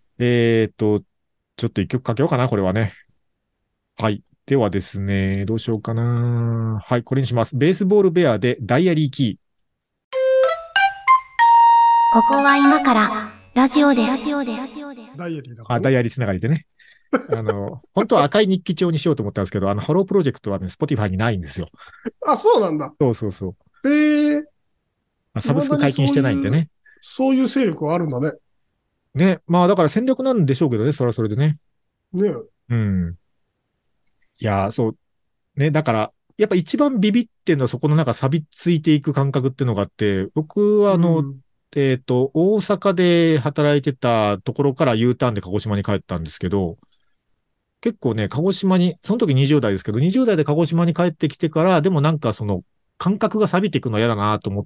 [SPEAKER 2] ちょっと一曲かけようかな、これはね。はい。ではですね、どうしようかな。はい、これにします。ベースボールベアでダイアリーキー。
[SPEAKER 1] ここは今からラジオです。
[SPEAKER 3] ダイアリーだから
[SPEAKER 2] あ、
[SPEAKER 3] ね。
[SPEAKER 2] ダイアリーつながりでね。本当は赤い日記帳にしようと思ったんですけど、ハロープロジェクトはね、Spotify にないんですよ。
[SPEAKER 3] あ、そうなんだ。
[SPEAKER 2] そうそうそう。
[SPEAKER 3] ええ
[SPEAKER 2] サブスク解禁してないんでね。
[SPEAKER 3] そういう勢力はあるんだね。
[SPEAKER 2] ね。まあだから戦略なんでしょうけどね、それはそれでね。
[SPEAKER 3] ねえ。
[SPEAKER 2] うん。いや、そう。ね。だから、やっぱ一番ビビってんのはそこのなんか錆びついていく感覚っていうのがあって、僕は
[SPEAKER 3] うん。
[SPEAKER 2] 大阪で働いてたところから U ターンで鹿児島に帰ったんですけど、結構ね、鹿児島に、その時20代ですけど、20代で鹿児島に帰ってきてから、でもなんかその感覚が錆びていくのは嫌だなと思って、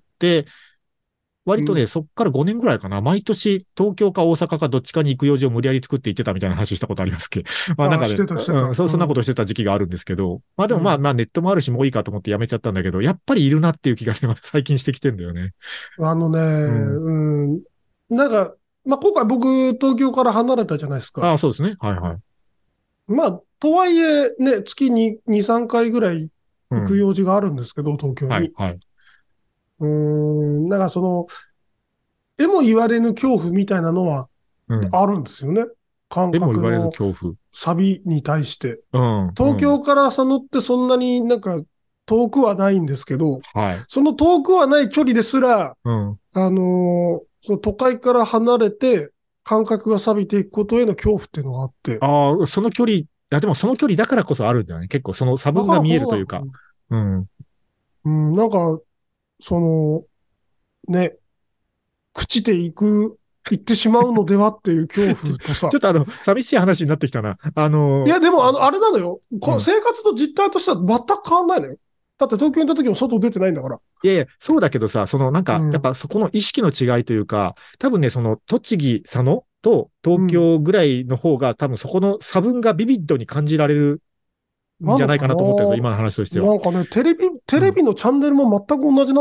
[SPEAKER 2] 割とね、
[SPEAKER 3] うん。
[SPEAKER 2] そっから5年ぐらいかな。毎年、東京か大阪かどっちかに行く用事を無理やり作って行ってたみたいな話したことありますけど。まあなん
[SPEAKER 3] あ、
[SPEAKER 2] かね、
[SPEAKER 3] してた。
[SPEAKER 2] そんなこと
[SPEAKER 3] うん。
[SPEAKER 2] してた時期があるんですけど。まあでもまあ
[SPEAKER 3] うん。
[SPEAKER 2] まあネットもあるしもういいかと思ってやめちゃったんだけど、やっぱりいるなっていう気がね、また最近してきてんだよね。
[SPEAKER 3] あのね、
[SPEAKER 2] うん。
[SPEAKER 3] うん。なんか、まあ、今回僕、東京から離れたじゃないですか。
[SPEAKER 2] ああ、そうですね。はいはい。
[SPEAKER 3] まあ、とはいえ、ね、月に2、3回ぐらい行く
[SPEAKER 2] うん。
[SPEAKER 3] 用事があるんですけど、東京に。
[SPEAKER 2] はいはい。
[SPEAKER 3] なんかえも言われぬ恐怖みたいなのは
[SPEAKER 2] うん。
[SPEAKER 3] あるんですよね。感
[SPEAKER 2] でも言われる
[SPEAKER 3] 覚の
[SPEAKER 2] 恐怖。
[SPEAKER 3] サビに対して。
[SPEAKER 2] うん、う
[SPEAKER 3] 東
[SPEAKER 2] ん。
[SPEAKER 3] 京から佐野ってそんなになんか遠くはないんですけど、
[SPEAKER 2] はい。
[SPEAKER 3] その遠くはない距離ですら、
[SPEAKER 2] うん。
[SPEAKER 3] その都会から離れて感覚が錆びていくことへの恐怖っていうのがあって、
[SPEAKER 2] ああ、その距離、いやでもその距離だからこそあるんだよね。結構その差
[SPEAKER 3] だから
[SPEAKER 2] 分が見
[SPEAKER 3] こそなのか
[SPEAKER 2] えるというか。うん。
[SPEAKER 3] なんか、その、ね、朽ちていく、行ってしまうのではっていう恐
[SPEAKER 2] ちょ、
[SPEAKER 3] 怖とさ、
[SPEAKER 2] ちょっと寂しい話になってきたな。
[SPEAKER 3] いや、でも、あれなのよ。
[SPEAKER 2] うん。
[SPEAKER 3] 生活の実態としては全く変わんないのよ。だって東京にいた時も外出てないんだから。
[SPEAKER 2] いやいや、そうだけどさ、なんか、やっ
[SPEAKER 3] うん。
[SPEAKER 2] ぱそこの意識の違いというか、多分ね、栃木、佐野と東
[SPEAKER 3] うん。
[SPEAKER 2] 京ぐらいの方が、多分そこの差分がビビッドに感じられるんじゃないか
[SPEAKER 3] なのかな
[SPEAKER 2] なと思ってるんですよ、今の話としては。
[SPEAKER 3] なんかね、テレ
[SPEAKER 2] うん。
[SPEAKER 3] ビのチャンネルも全く同じなの。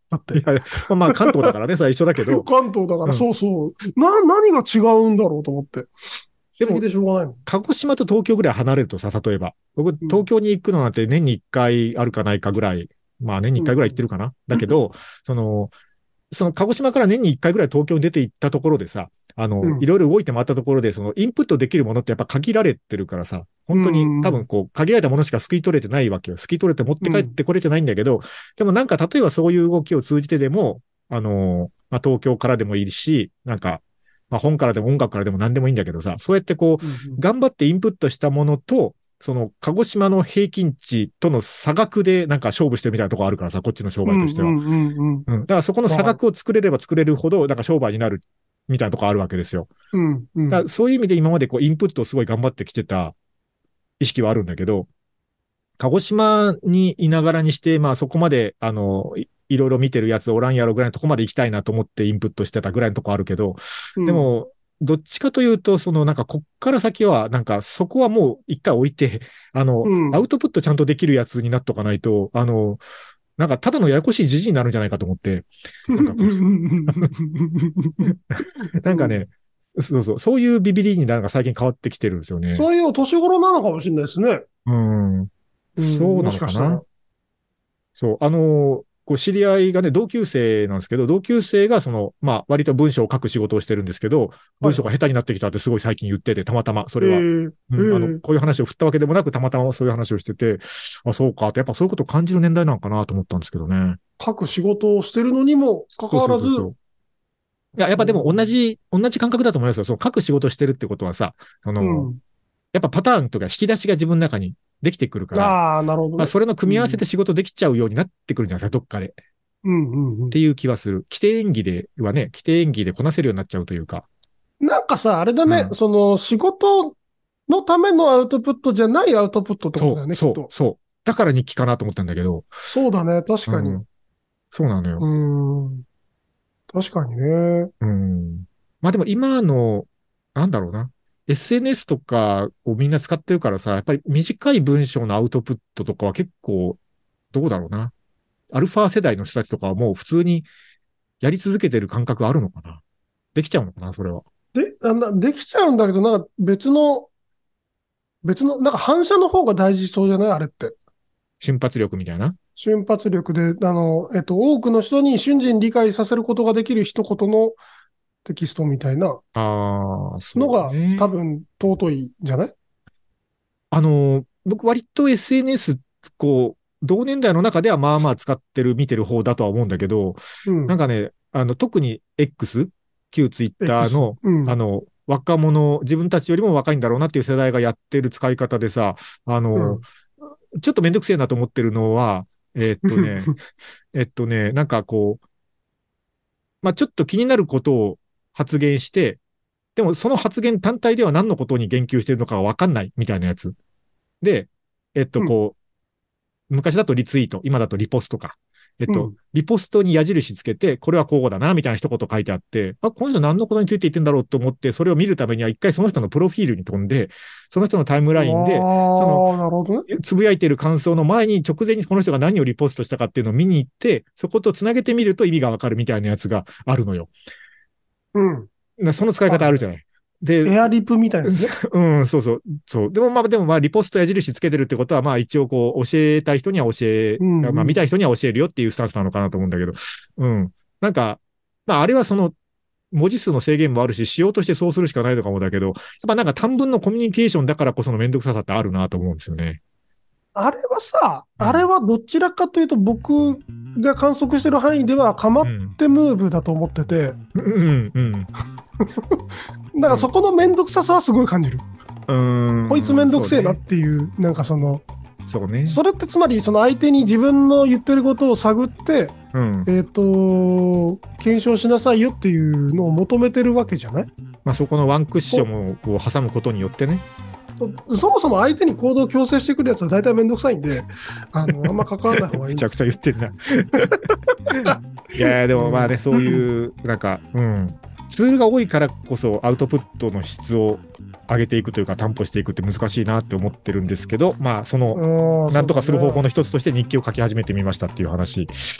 [SPEAKER 3] だって。
[SPEAKER 2] いや、まあ関東だからね、それは一緒だけど。
[SPEAKER 3] 関東だから、
[SPEAKER 2] うん
[SPEAKER 3] そうそう。何が違うんだろうと思って。
[SPEAKER 2] でも
[SPEAKER 3] 不思議でしょうがないの。
[SPEAKER 2] 鹿児島と東京ぐらい離れるとさ、例えば。僕、
[SPEAKER 3] うん
[SPEAKER 2] 東京に行くのなんて年に1回あるかないかぐらい。まあ年に1回ぐらい行ってるかな。だけど、その鹿児島から年に1回ぐらい東京に出て行ったところでさ、
[SPEAKER 3] うん
[SPEAKER 2] いろいろ動いて回ったところで、そのインプットできるものってやっぱ限られてるからさ、本当に多分こう、限られたものしかすくい取れてないわけよ。すくい取れて持って帰ってこれてないんだけど、でもなんか例えばそういう動きを通じてでも、まあ、東京からでもいいし、なんか、まあ、本からでも音楽からでも何でもいいんだけどさ、そうやってこう、頑張ってインプットしたものと、その、鹿児島の平均値との差額でなんか勝負してるみたいなところあるからさ、こっちの商売としては。だからそこの差額を作れれば作れるほど、なんか商売になるみたいなところあるわけですよ。だからそういう意味で今までこう、インプットをすごい頑張ってきてた意識はあるんだけど、鹿児島にいながらにして、まあそこまで、いろいろ見てるやつおらんやろぐらいのとこまで行きたいなと思ってインプットしてたぐらいのとこあるけど、でも、どっちかというと、なんか、こっから先は、なんか、そこはもう一回置いて、アウトプットちゃんとできるやつになっとかないと、なんか、ただのややこしい時事になるんじゃないかと思って、なんかね、そういうビビリになんか最近変わってきてるんですよね。
[SPEAKER 3] そういうお年頃なのかもしれないですね。
[SPEAKER 2] そうなのかな。そう、こう知り合いがね、同級生なんですけど、同級生がまあ、割と文章を書く仕事をしてるんですけど、文章が下手になってきたってすごい最近言ってて、たまたま、それは。こういう話を振ったわけでもなく、たまたまそういう話をしてて、あ、そうかって、やっぱそういうことを感じる年代なのかなと思ったんですけどね。
[SPEAKER 3] 書く仕事をしてるのにもかかわらず、
[SPEAKER 2] いや、やっぱでも同じ感覚だと思いますよ。書く仕事をしてるってことはさ、やっぱパターンとか引き出しが自分の中にできてくるから、
[SPEAKER 3] ああ、なるほど、ね。
[SPEAKER 2] まあ、それの組み合わせで仕事できちゃうようになってくるんじゃないですか、どっかで。っていう気はする。規定演技でこなせるようになっちゃうというか。
[SPEAKER 3] なんかさ、あれだね、仕事のためのアウトプットじゃないアウトプットってことだよね、
[SPEAKER 2] そう。だから日記かなと思ったんだけど。
[SPEAKER 3] そうだね、確かに。
[SPEAKER 2] そうなのよ。
[SPEAKER 3] 確かにね。
[SPEAKER 2] まあでも今の、なんだろうな。SNS とかをみんな使ってるからさ、やっぱり短い文章のアウトプットとかは結構、どうだろうな。アルファ世代の人たちとかはもう普通にやり続けてる感覚あるのかな。できちゃうのかな、それは。
[SPEAKER 3] できちゃうんだけど、なんか別の、なんか反射の方が大事そうじゃないあれって。
[SPEAKER 2] 瞬発力みたいな。
[SPEAKER 3] 瞬発力で、多くの人に瞬時に理解させることができる一言のテキストみたいなのが多分尊いんじゃない？
[SPEAKER 2] 僕割と SNS こう、同年代の中ではまあまあ使ってる、見てる方だとは思うんだけど、なんかね、特に 旧ツイッターの、若者、自分たちよりも若いんだろうなっていう世代がやってる使い方でさ、ちょっとめんどくせえなと思ってるのは、なんかこう、まあちょっと気になることを発言して、でもその発言単体では何のことに言及してるのかわかんないみたいなやつ。で、こう、昔だとリツイート、今だとリポストか。リポストに矢印つけて、これはこうだな、みたいな一言書いてあって、この人何のことについて言ってんだろうと思って、それを見るためには一回その人のプロフィールに飛んで、その人のタイムラインで、つぶやいてる感想の前に直前にこの人が何をリポストしたかっていうのを見に行って、そことつなげてみると意味がわかるみたいなやつがあるのよ。その使い方あるじゃない。
[SPEAKER 3] で、エアリプみたいなね。
[SPEAKER 2] そう。でもリポスト矢印つけてるってことは、まあ一応こう、教えたい人にはまあ見たい人には教えるよっていうスタンスなのかなと思うんだけど、なんか、まああれは文字数の制限もあるし、しようとしてそうするしかないのかもだけど、やっぱなんか短文のコミュニケーションだからこそのめんどくささってあるなと思うんですよね。
[SPEAKER 3] あれはさ、あれはどちらかというと僕が観測してる範囲ではかまってムーブだと思ってて、だからそこのめんどくささはすごい感じる。こいつめんどくせえなっていう、なんか
[SPEAKER 2] そうね。
[SPEAKER 3] それってつまり相手に自分の言ってることを探って、検証しなさいよっていうのを求めてるわけじゃない？
[SPEAKER 2] まあそこのワンクッションをこう挟むことによってね。
[SPEAKER 3] そもそも相手に行動を強制してくるやつは大体めんどくさいんで、あんま関わらない方がいいんです。
[SPEAKER 2] めちゃくちゃ言ってんな。いやでもまあね、そういう、なんか、ツールが多いからこそアウトプットの質を上げていくというか担保していくって難しいなって思ってるんですけど、まあなんとかする方法の一つとして日記を書き始めてみましたっていう話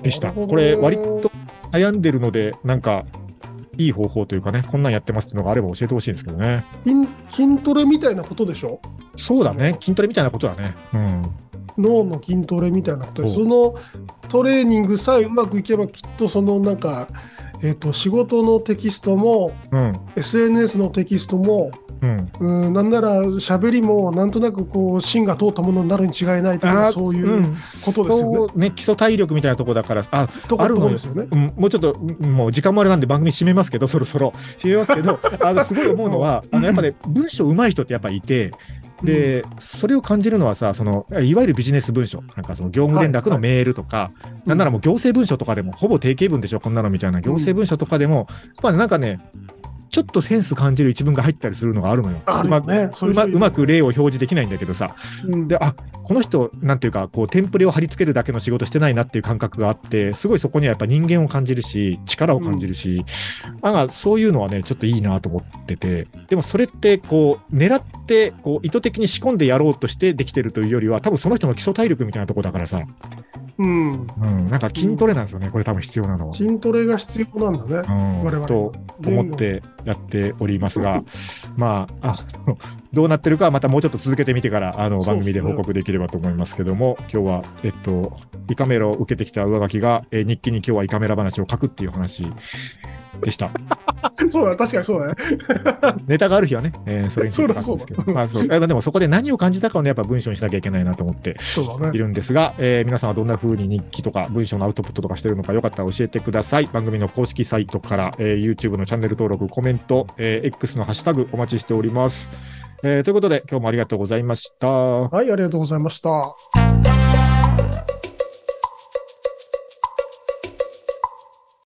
[SPEAKER 2] でした。
[SPEAKER 3] なるほど
[SPEAKER 2] これ、割と悩んでるので、なんか、いい方法というかね、こんなんやってますっていうのがあれば教えてほしいんですけどね。
[SPEAKER 3] 筋トレみたいなことでしょ？
[SPEAKER 2] そうだね。筋トレみたいなことだね。うん。
[SPEAKER 3] 脳の筋トレみたいなことで、
[SPEAKER 2] そう
[SPEAKER 3] そのトレーニングさえうまくいけばきっとそのなんか、仕事のテキストも
[SPEAKER 2] うん。
[SPEAKER 3] SNS のテキストも、
[SPEAKER 2] うん。
[SPEAKER 3] なんなら喋りもなんとなくこう芯が通ったものになるに違いないとか、そういうことですよね。
[SPEAKER 2] そうね、基礎体力みたいなところだから、あるのよ
[SPEAKER 3] とこですよね。
[SPEAKER 2] もうちょっと、もう時間もあれなんで番組締めますけど、そろそろ締めますけど、すごい思うのは、やっぱね、文章上手い人ってやっぱいて、で、それを感じるのはさ、いわゆるビジネス文書、なんかその業務連絡のメールとか、なんならもう行政文書とかでも、ほぼ定型文でしょ、こんなのみたいな行政文書とかでも、なんかね、ちょっとセンス感じる一文が入ったりするのがあるのよ。
[SPEAKER 3] あるよね。
[SPEAKER 2] うまく例を表示できないんだけどさ。で、この人、なんていうか、こう、テンプレを貼り付けるだけの仕事してないなっていう感覚があって、すごいそこにはやっぱ人間を感じるし、力を感じるし、そういうのはね、ちょっといいなと思ってて、でもそれって、こう、狙って、こう、意図的に仕込んでやろうとしてできてるというよりは、多分その人の基礎体力みたいなところだからさ、なんか筋トレなんですよね、これ多分必要なのは。
[SPEAKER 3] 筋トレが必要なんだね。我々
[SPEAKER 2] と思ってやっておりますが、どうなってるかはまたもうちょっと続けてみてから番組で報告できればと思いますけども、今日は胃カメラを受けてきた上書きが、日記に今日は胃カメラ話を書くっていう話でした。
[SPEAKER 3] そうだ、確かにそうだね。
[SPEAKER 2] ネタがある日はね、それについて書くんですけど、でもそこで何を感じたかをね、やっぱ文章にしなきゃいけないなと思っているんですが、皆さんはどんな風に日記とか文章のアウトプットとかしてるのか、よかったら教えてください。番組の公式サイトから、YouTube のチャンネル登録、コメント、X のハッシュタグお待ちしております。ということで、今日もありがとうございました。
[SPEAKER 3] はい、ありがとうございました。